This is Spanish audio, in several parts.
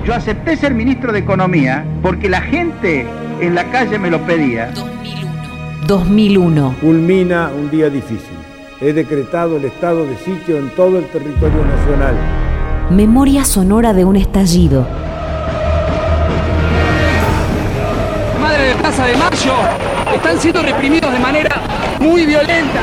Yo acepté ser ministro de Economía porque la gente en la calle me lo pedía. 2001. Culmina un día difícil. He decretado el estado de sitio en todo el territorio nacional. Memoria sonora de un estallido. Madre de Plaza de Mayo están siendo reprimidos de manera muy violenta.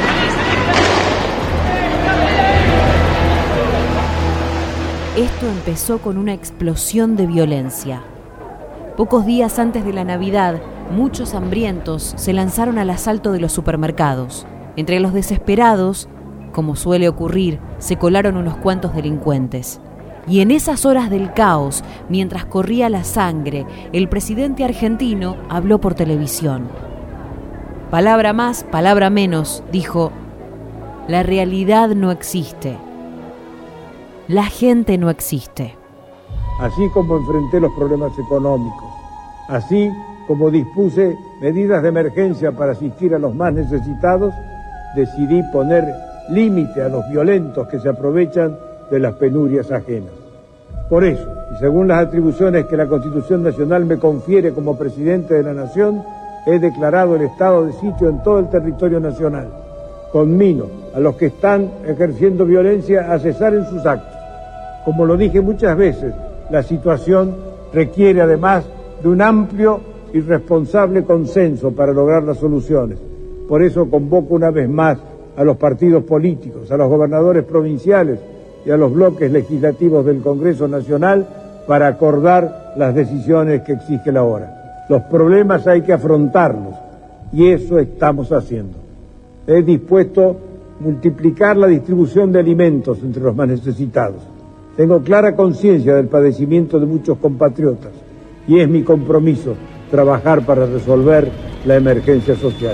Esto empezó con una explosión de violencia. Pocos días antes de la Navidad, muchos hambrientos se lanzaron al asalto de los supermercados. Entre los desesperados, como suele ocurrir, se colaron unos cuantos delincuentes. Y en esas horas del caos, mientras corría la sangre, el presidente argentino habló por televisión. Palabra más, palabra menos, dijo: la realidad no existe. La gente no existe. Así como enfrenté los problemas económicos, así como dispuse medidas de emergencia para asistir a los más necesitados, decidí poner límite a los violentos que se aprovechan de las penurias ajenas. Por eso, y según las atribuciones que la Constitución Nacional me confiere como presidente de la Nación, he declarado el estado de sitio en todo el territorio nacional. Conmino a los que están ejerciendo violencia a cesar en sus actos. Como lo dije muchas veces, la situación requiere además de un amplio y responsable consenso para lograr las soluciones. Por eso convoco una vez más a los partidos políticos, a los gobernadores provinciales y a los bloques legislativos del Congreso Nacional para acordar las decisiones que exige la hora. Los problemas hay que afrontarlos y eso estamos haciendo. He dispuesto multiplicar la distribución de alimentos entre los más necesitados. Tengo clara conciencia del padecimiento de muchos compatriotas y es mi compromiso trabajar para resolver la emergencia social.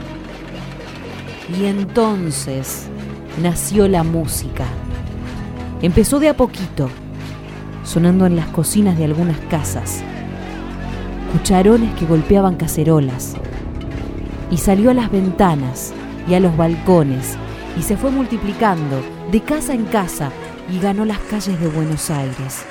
Y entonces nació la música. Empezó de a poquito, sonando en las cocinas de algunas casas, cucharones que golpeaban cacerolas, y salió a las ventanas y a los balcones, y se fue multiplicando de casa en casa, y ganó las calles de Buenos Aires.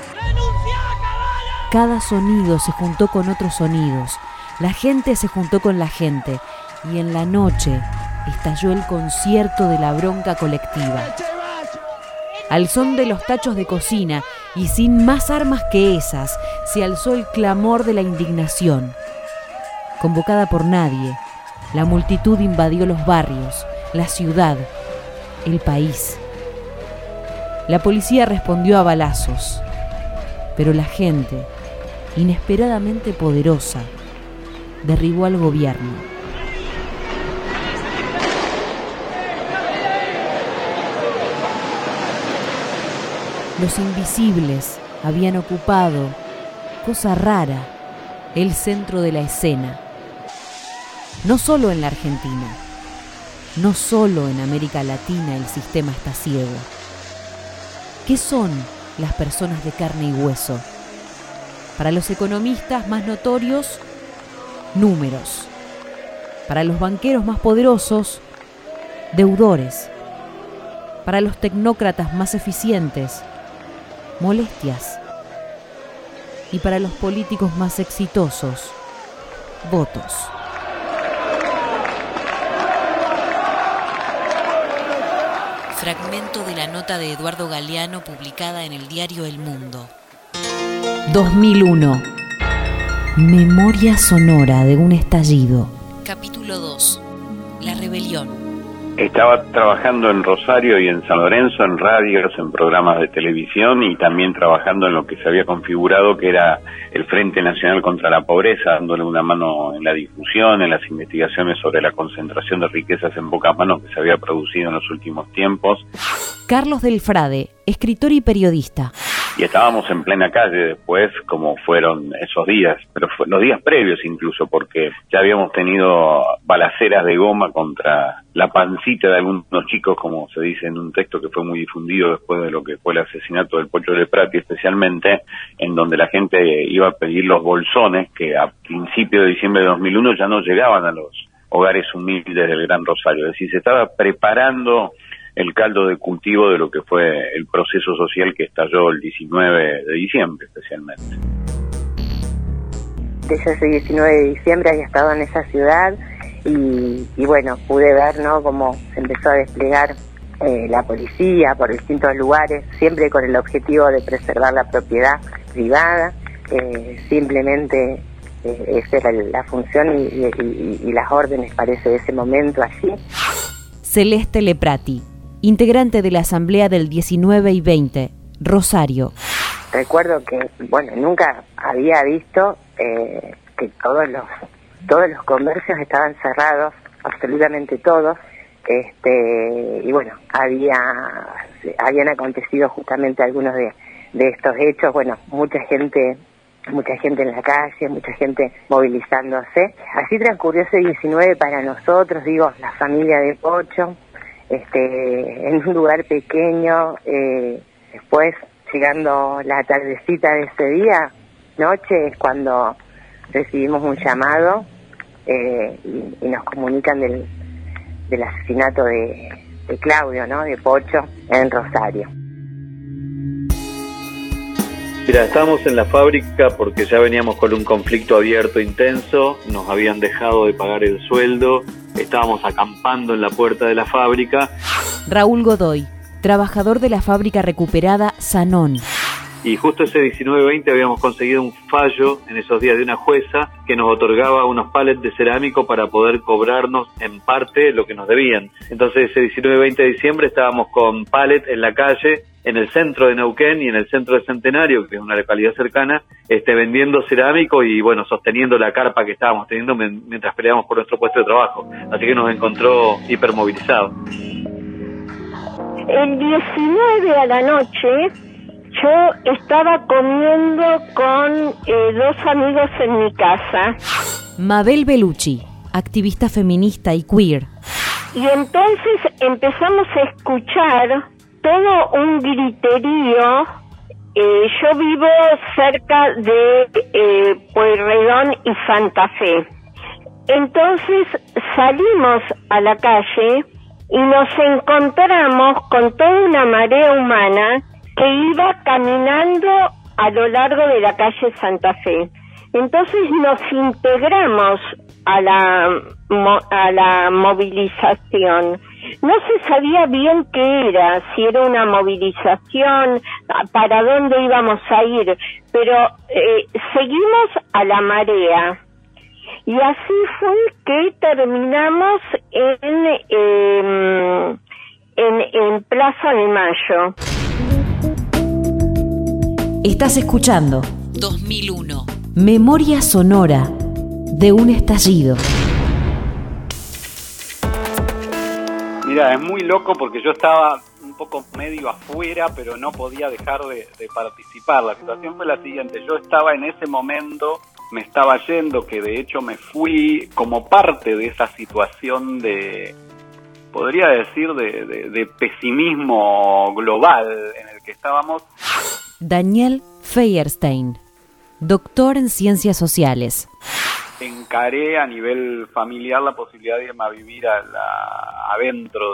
Cada sonido se juntó con otros sonidos, la gente se juntó con la gente, y en la noche estalló el concierto de la bronca colectiva. Al son de los tachos de cocina y sin más armas que esas, se alzó el clamor de la indignación. Convocada por nadie, la multitud invadió los barrios, la ciudad, el país. La policía respondió a balazos, pero la gente, inesperadamente poderosa, derribó al gobierno. Los invisibles habían ocupado, cosa rara, el centro de la escena. No solo en la Argentina, no solo en América Latina el sistema está ciego. ¿Qué son las personas de carne y hueso? Para los economistas más notorios, números. Para los banqueros más poderosos, deudores. Para los tecnócratas más eficientes, molestias. Y para los políticos más exitosos, votos. Fragmento de la nota de Eduardo Galeano publicada en el diario El Mundo. 2001. Memoria sonora de un estallido. Capítulo 2. La rebelión. Estaba trabajando en Rosario y en San Lorenzo, en radios, en programas de televisión y también trabajando en lo que se había configurado que era el Frente Nacional contra la Pobreza, dándole una mano en la difusión, en las investigaciones sobre la concentración de riquezas en pocas manos que se había producido en los últimos tiempos. Carlos del Frade, escritor y periodista. Y estábamos en plena calle después, como fueron esos días, pero los días previos incluso, porque ya habíamos tenido balaceras de goma contra la pancita de algunos chicos, como se dice en un texto que fue muy difundido después de lo que fue el asesinato del Pocho Leprati, especialmente, en donde la gente iba a pedir los bolsones que a principios de diciembre de 2001 ya no llegaban a los hogares humildes del Gran Rosario. Es decir, se estaba preparando el caldo de cultivo de lo que fue el proceso social que estalló el 19 de diciembre especialmente. Yo ese 19 de diciembre había estado en esa ciudad y bueno, pude ver, ¿no?, cómo se empezó a desplegar la policía por distintos lugares, siempre con el objetivo de preservar la propiedad privada. Simplemente esa era la función y las órdenes, parece, de ese momento allí. Celeste Leprati, integrante de la Asamblea del 19 y 20, Rosario. Recuerdo que, bueno, nunca había visto que todos los comercios estaban cerrados, absolutamente todos, y bueno, habían acontecido justamente algunos de estos hechos. Bueno, mucha gente en la calle, mucha gente movilizándose. Así transcurrió ese 19 para nosotros, digo, la familia de Pocho, en un lugar pequeño. Después, llegando la tardecita de ese día, noche, es cuando recibimos un llamado y nos comunican del asesinato de Claudio, ¿no?, de Pocho, en Rosario. Mira, estábamos en la fábrica porque ya veníamos con un conflicto abierto intenso, nos habían dejado de pagar el sueldo, estábamos acampando en la puerta de la fábrica. Raúl Godoy, trabajador de la fábrica recuperada Sanón. Y justo ese 19-20 habíamos conseguido un fallo en esos días de una jueza que nos otorgaba unos palets de cerámico para poder cobrarnos en parte lo que nos debían. Entonces ese 19-20 de diciembre estábamos con palets en la calle, en el centro de Neuquén y en el centro de Centenario, que es una localidad cercana, vendiendo cerámico y bueno, sosteniendo la carpa que estábamos teniendo mientras peleábamos por nuestro puesto de trabajo. Así que nos encontró hipermovilizados. El 19 a la noche yo estaba comiendo con dos amigos en mi casa. Mabel Bellucci, activista feminista y queer. Y entonces empezamos a escuchar todo un griterío. Yo vivo cerca de Pueyrredón y Santa Fe. Entonces salimos a la calle y nos encontramos con toda una marea humana que iba caminando a lo largo de la calle Santa Fe. Entonces nos integramos a la movilización. No se sabía bien qué era, si era una movilización, para dónde íbamos a ir, pero seguimos a la marea. Y así fue que terminamos en Plaza de Mayo. Estás escuchando 2001. Memoria sonora de un estallido. Mira, es muy loco porque yo estaba un poco medio afuera, pero no podía dejar de participar. La situación fue la siguiente: yo estaba en ese momento, me estaba yendo, que de hecho me fui como parte de esa situación de, podría decir, de pesimismo global en el que estábamos. Daniel Feierstein, doctor en Ciencias Sociales. Encaré a nivel familiar la posibilidad de irme a vivir adentro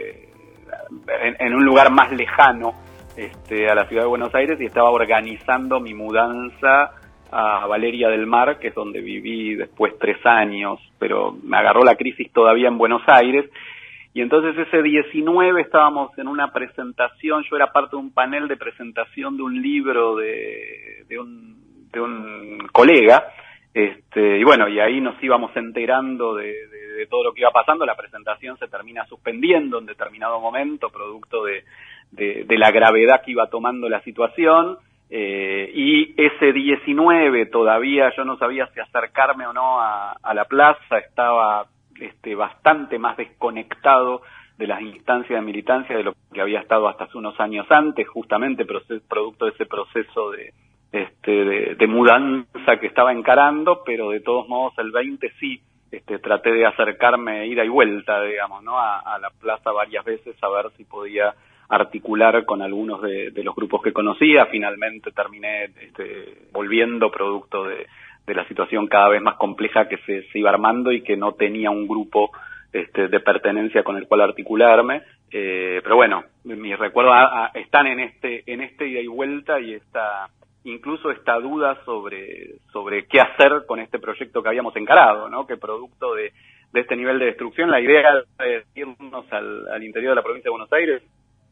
en un lugar más lejano a la ciudad de Buenos Aires, y estaba organizando mi mudanza a Valeria del Mar, que es donde viví después 3 años, pero me agarró la crisis todavía en Buenos Aires. Y entonces ese 19 estábamos en una presentación, yo era parte de un panel de presentación de un libro de un colega, y bueno, y ahí nos íbamos enterando de todo lo que iba pasando. La presentación se termina suspendiendo en determinado momento, producto de la gravedad que iba tomando la situación, y ese 19 todavía yo no sabía si acercarme o no a la plaza, estaba bastante más desconectado de las instancias de militancia de lo que había estado hasta hace unos años antes, justamente producto de ese proceso de mudanza que estaba encarando. Pero de todos modos el 20 sí, traté de acercarme, ida y vuelta, digamos, ¿no?, a la plaza varias veces, a ver si podía articular con algunos de los grupos que conocía. Finalmente terminé volviendo, producto de la situación cada vez más compleja que se iba armando y que no tenía un grupo de pertenencia con el cual articularme. Pero bueno, mis recuerdos están en este ida y vuelta y incluso esta duda sobre qué hacer con este proyecto que habíamos encarado, ¿no? Que producto de este nivel de destrucción, la idea de irnos al interior de la provincia de Buenos Aires,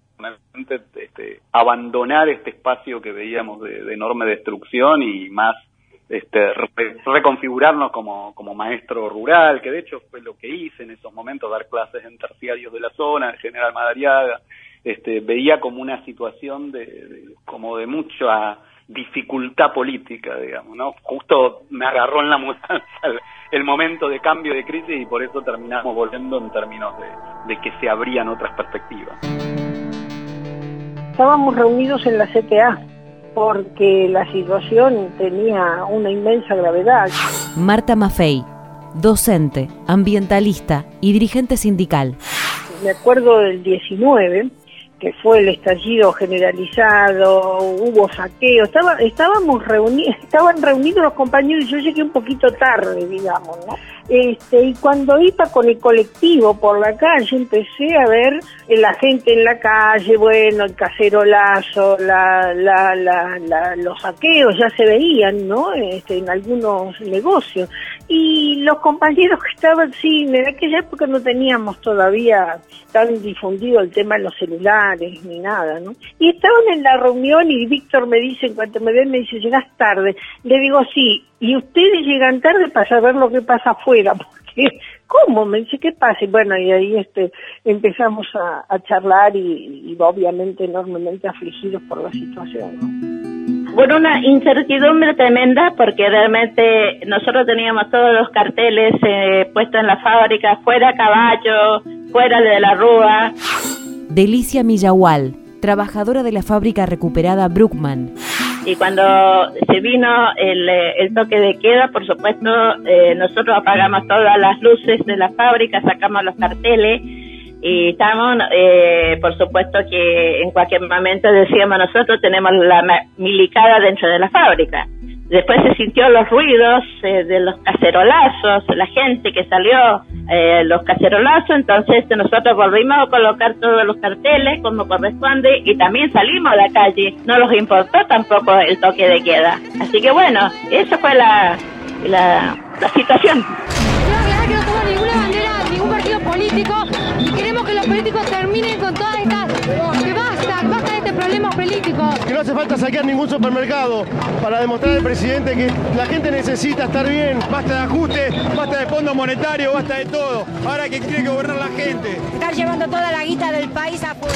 abandonar este espacio que veíamos de enorme destrucción y más reconfigurarnos como maestro rural, que de hecho fue lo que hice en esos momentos, dar clases en terciarios de la zona, en General Madariaga. Veía como una situación como de mucha dificultad política, digamos, ¿no? Justo me agarró en la mudanza el momento de cambio de crisis y por eso terminamos volviendo en términos de que se abrían otras perspectivas. Estábamos reunidos en la CTA porque la situación tenía una inmensa gravedad. Marta Maffei, docente, ambientalista y dirigente sindical. Me acuerdo del 19, que fue el estallido generalizado, hubo saqueo, estaban reunidos los compañeros y yo llegué un poquito tarde, digamos, ¿no? Y cuando iba con el colectivo por la calle empecé a ver la gente en la calle, bueno, el cacerolazo, los saqueos ya se veían, ¿no? En algunos negocios. Y los compañeros que estaban, sí, en aquella época no teníamos todavía tan difundido el tema de los celulares ni nada, ¿no? Y estaban en la reunión y Víctor me dice, en cuanto me ven, me dice, ¿llegás tarde? Le digo, sí, y ustedes llegan tarde para saber lo que pasa afuera, porque, ¿cómo? Me dice, ¿qué pasa? Y bueno, y ahí empezamos a charlar y obviamente enormemente afligidos por la situación, ¿no? Bueno, una incertidumbre tremenda porque realmente nosotros teníamos todos los carteles puestos en la fábrica, fuera Caballo, fuera de la Rúa. Delicia Millahual, trabajadora de la fábrica recuperada Bruckmann. Y cuando se vino el toque de queda, por supuesto, nosotros apagamos todas las luces de la fábrica, sacamos los carteles y estábamos, por supuesto que en cualquier momento decíamos nosotros tenemos la milicada dentro de la fábrica. Después se sintió los ruidos de los cacerolazos, la gente que salió, los cacerolazos, entonces nosotros volvimos a colocar todos los carteles como corresponde y también salimos a la calle, no nos importó tampoco el toque de queda. Así que bueno, esa fue la situación. Que no somos ninguna bandera, ningún partido político y queremos que los políticos terminen con todas estas, que basta de este problema político. Que no hace falta saquear ningún supermercado para demostrar al presidente que la gente necesita estar bien. Basta de ajustes, basta de fondo monetario, basta de todo. Ahora que tiene que gobernar la gente. Estar llevando toda la guita del país afuera.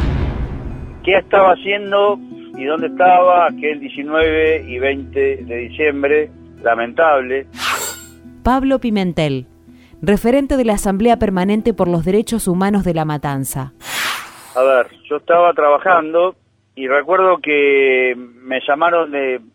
¿Qué estaba haciendo y dónde estaba aquel 19 y 20 de diciembre? Lamentable. Pablo Pimentel, referente de la Asamblea Permanente por los Derechos Humanos de La Matanza. A ver, yo estaba trabajando y recuerdo que me llamaron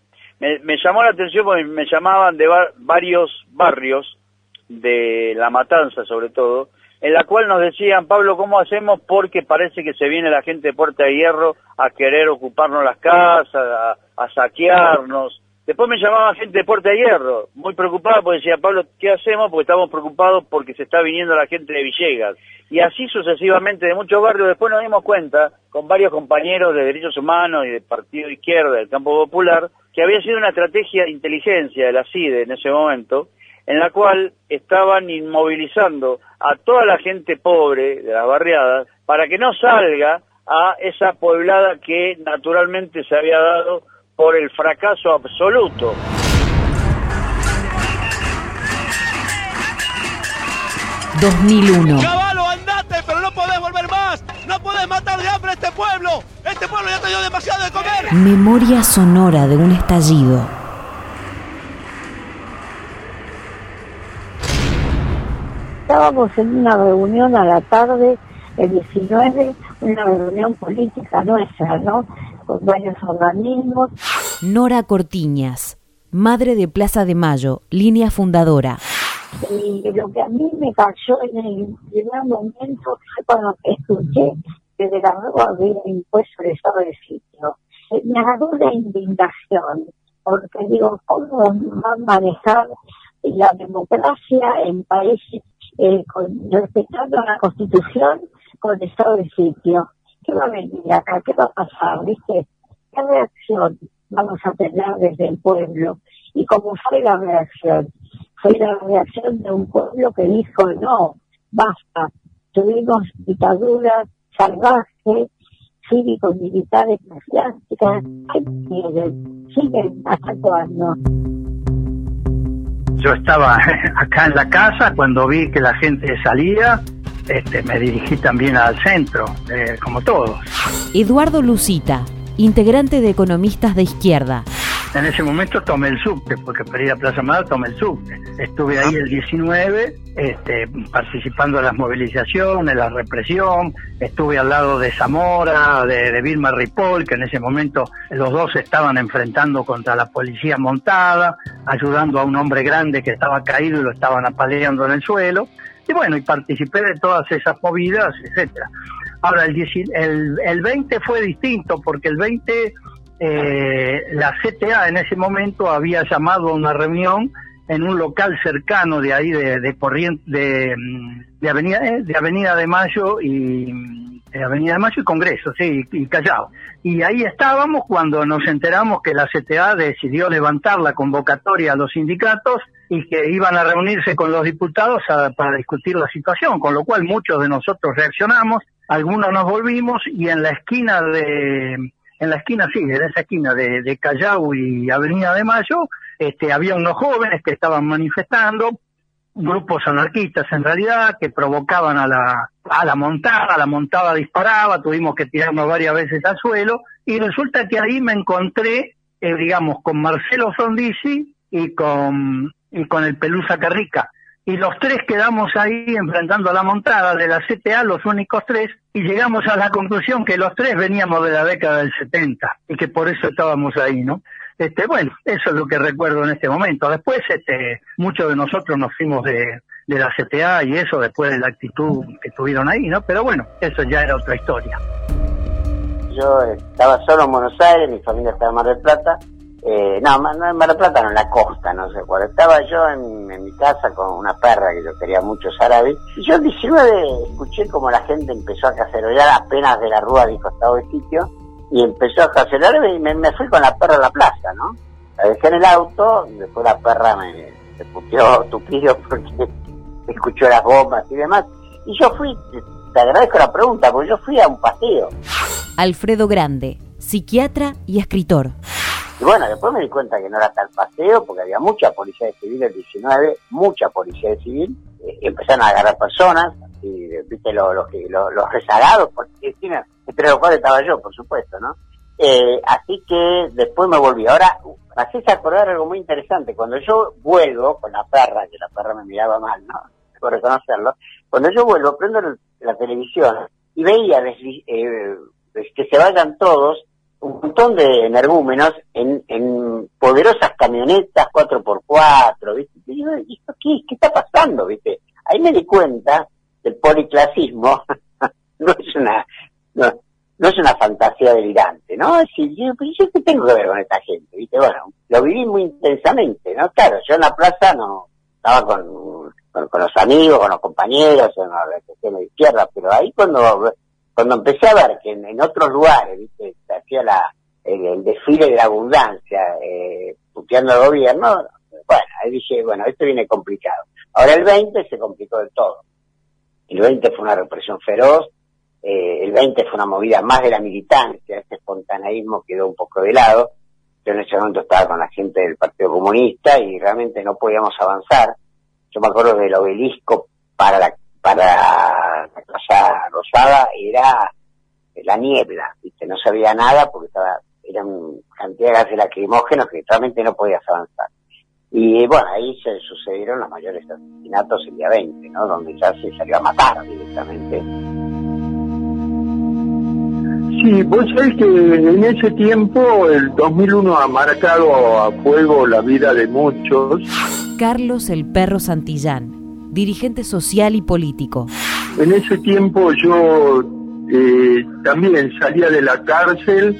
me llamó la atención porque me llamaban de varios barrios de La Matanza sobre todo, en la cual nos decían, Pablo, ¿cómo hacemos? Porque parece que se viene la gente de Puerta de Hierro a querer ocuparnos las casas, a saquearnos. Después me llamaba gente de Puerta de Hierro, muy preocupada porque decía, Pablo, ¿qué hacemos? Porque estamos preocupados porque se está viniendo la gente de Villegas. Y así sucesivamente de muchos barrios. Después nos dimos cuenta, con varios compañeros de Derechos Humanos y de Partido de Izquierda del Campo Popular, que había sido una estrategia de inteligencia de la CIDE en ese momento, en la cual estaban inmovilizando a toda la gente pobre de las barriadas para que no salga a esa pueblada que naturalmente se había dado por el fracaso absoluto. ...2001... Caballo, andate, pero no podés volver más. No podés matar de hambre a este pueblo. Este pueblo ya te dio demasiado de comer. Memoria sonora de un estallido. Estábamos en una reunión a la tarde, el 19, una reunión política nuestra, ¿no? Con varios organismos. Nora Cortiñas, madre de Plaza de Mayo, línea fundadora. Y lo que a mí me cayó en el primer momento fue cuando escuché que de la nueva había impuesto el estado de sitio. Me agarró la indignación, porque digo, ¿cómo van a manejar la democracia en países respetando la Constitución con estado de sitio. ¿Qué va a venir acá? ¿Qué va a pasar? ¿Viste? ¿Qué reacción vamos a tener desde el pueblo? Y como fue la reacción de un pueblo que dijo, no, basta, tuvimos dictadura salvaje, cívicos militares eclesiásticas, ¿qué quieren? ¿Siguen hasta cuándo? Yo estaba acá en la casa cuando vi que la gente salía, me dirigí también al centro, como todos. Eduardo Lucita, integrante de Economistas de Izquierda. En ese momento tomé el subte, porque para ir a Plaza Amador tomé el subte. Estuve ahí el 19, participando en las movilizaciones, la represión. Estuve al lado de Zamora, de Vilma Ripoll, que en ese momento los dos se estaban enfrentando contra la policía montada, ayudando a un hombre grande que estaba caído y lo estaban apaleando en el suelo. Y bueno, y participé de todas esas movidas, etcétera. Ahora, el 20 fue distinto, porque el 20... la CTA en ese momento había llamado a una reunión en un local cercano de ahí de Avenida de Mayo y Congreso, sí, y Callao. Y ahí estábamos cuando nos enteramos que la CTA decidió levantar la convocatoria a los sindicatos y que iban a reunirse con los diputados para discutir la situación, con lo cual muchos de nosotros reaccionamos, algunos nos volvimos y en esa esquina de Callao y Avenida de Mayo, había unos jóvenes que estaban manifestando, grupos anarquistas en realidad, que provocaban a la montada disparaba, tuvimos que tirarnos varias veces al suelo, y resulta que ahí me encontré, con Marcelo Frondizi y con el Pelusa Carrica. Y los tres quedamos ahí enfrentando a la montada de la CTA, los únicos tres, y llegamos a la conclusión que los tres veníamos de la década del 70 y que por eso estábamos ahí, ¿no? Bueno, eso es lo que recuerdo en este momento. Después, muchos de nosotros nos fuimos de la CTA y eso después de la actitud que tuvieron ahí, ¿no? Pero bueno, eso ya era otra historia. Yo estaba solo en Buenos Aires, mi familia estaba en Mar del Plata. No en Mar del Plata, no en la costa, no sé cuál. Estaba yo en mi casa con una perra que yo quería mucho, Sarabi, y yo en 19 escuché como la gente empezó a cacerolear apenas de la Rúa dijo estado de sitio, y empezó a cacerolear y me fui con la perra a la plaza, ¿no? La dejé en el auto, después la perra me puteó tupido porque escuchó las bombas y demás, y yo fui, te agradezco la pregunta, porque yo fui a un paseo. Alfredo Grande, psiquiatra y escritor. Y bueno, después me di cuenta que no era tal paseo, porque había mucha policía civil el 19, mucha policía civil, y empezaron a agarrar personas, y viste los rezagados, porque entre los cuales estaba yo, por supuesto, ¿no? Así que después me volví. Ahora, me hacés acordar algo muy interesante. Cuando yo vuelvo con la perra, que la perra me miraba mal, ¿no? Por reconocerlo. Cuando yo vuelvo, prendo la televisión y veía que se vayan todos, un montón de energúmenos en poderosas camionetas 4x4, ¿viste? Y yo, ¿qué está pasando, viste? Ahí me di cuenta del policlasismo, no es una fantasía delirante, ¿no? Es decir, yo ¿qué tengo que ver con esta gente, viste? Bueno, lo viví muy intensamente, ¿no? Claro, yo en la plaza no estaba con los amigos, con los compañeros, en la sección de izquierda, pero ahí cuando empecé a ver que en otros lugares, viste, se hacía el desfile de la abundancia, puteando al gobierno, bueno, ahí dije, bueno, esto viene complicado. Ahora el 20 se complicó del todo. El 20 fue una represión feroz, el 20 fue una movida más de la militancia, este espontaneísmo quedó un poco de lado. Yo en ese momento estaba con la gente del Partido Comunista y realmente no podíamos avanzar. Yo me acuerdo del obelisco para la Casa Rosada era la niebla, ¿viste? No se veía nada porque eran cantidad de gases lacrimógenos que realmente no podías avanzar. Y bueno, ahí se sucedieron los mayores asesinatos el día 20, ¿no? Donde ya se salió a matar directamente. Sí, vos sabés que en ese tiempo, el 2001 ha marcado a fuego la vida de muchos. Carlos el Perro Santillán, dirigente social y político. En ese tiempo yo también salía de la cárcel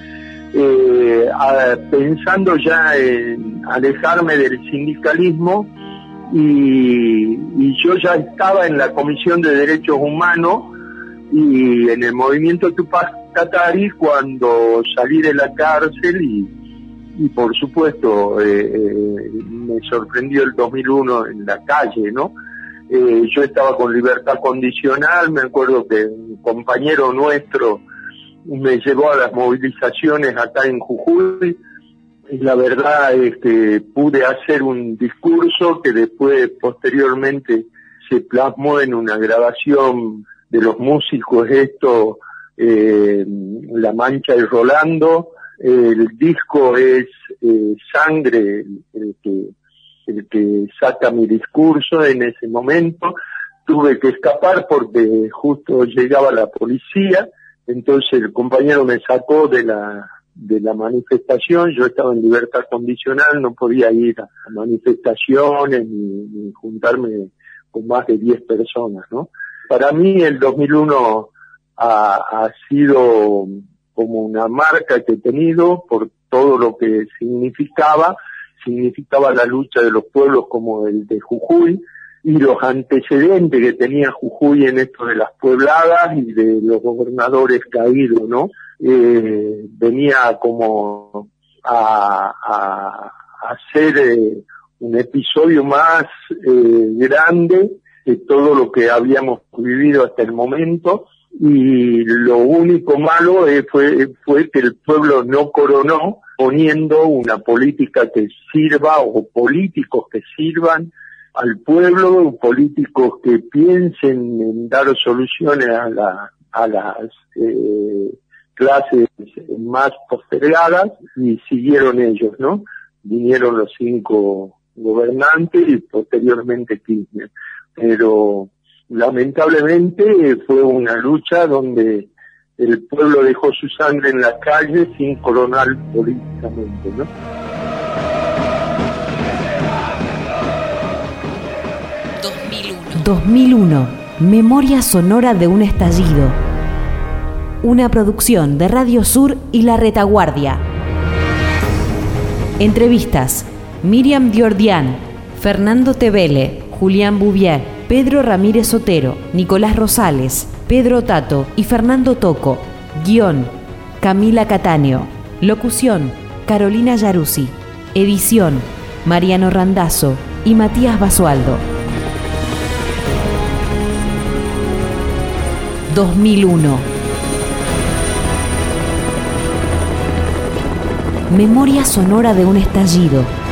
pensando ya en alejarme del sindicalismo y yo ya estaba en la Comisión de Derechos Humanos y en el movimiento Tupac Katari cuando salí de la cárcel y por supuesto me sorprendió el 2001 en la calle, ¿no? Yo estaba con libertad condicional, me acuerdo que un compañero nuestro me llevó a las movilizaciones acá en Jujuy, y la verdad es que pude hacer un discurso que después, posteriormente, se plasmó en una grabación de los músicos, La Mancha y Rolando. El disco es Sangre, el que saca mi discurso en ese momento. Tuve que escapar porque justo llegaba la policía, entonces el compañero me sacó de la manifestación. Yo estaba en libertad condicional, no podía ir a manifestaciones ni juntarme con más de 10 personas, ¿no? Para mí el 2001 ha sido como una marca que he tenido por todo lo que significaba la lucha de los pueblos como el de Jujuy y los antecedentes que tenía Jujuy en esto de las puebladas y de los gobernadores caídos, ¿no? Venía como a hacer un episodio más grande de todo lo que habíamos vivido hasta el momento, y lo único malo fue que el pueblo no coronó poniendo una política que sirva, o políticos que sirvan al pueblo, políticos que piensen en dar soluciones a las clases más postergadas, y siguieron ellos, ¿no? Vinieron los 5 gobernantes y posteriormente Kirchner. Pero lamentablemente fue una lucha donde el pueblo dejó su sangre en la calle sin coronar políticamente, ¿no? #2001. 2001. Memoria sonora de un estallido. Una producción de Radio Sur y La Retaguardia. Entrevistas: Miriam Diordian, Fernando Tevele, Julián Bouvier, Pedro Ramírez Otero, Nicolás Rosales, Pedro Tato y Fernando Toco. Guión: Camila Cattaneo. Locución: Carolina Yaruzzi. Edición: Mariano Randazzo y Matías Basualdo. 2001. Memoria sonora de un estallido.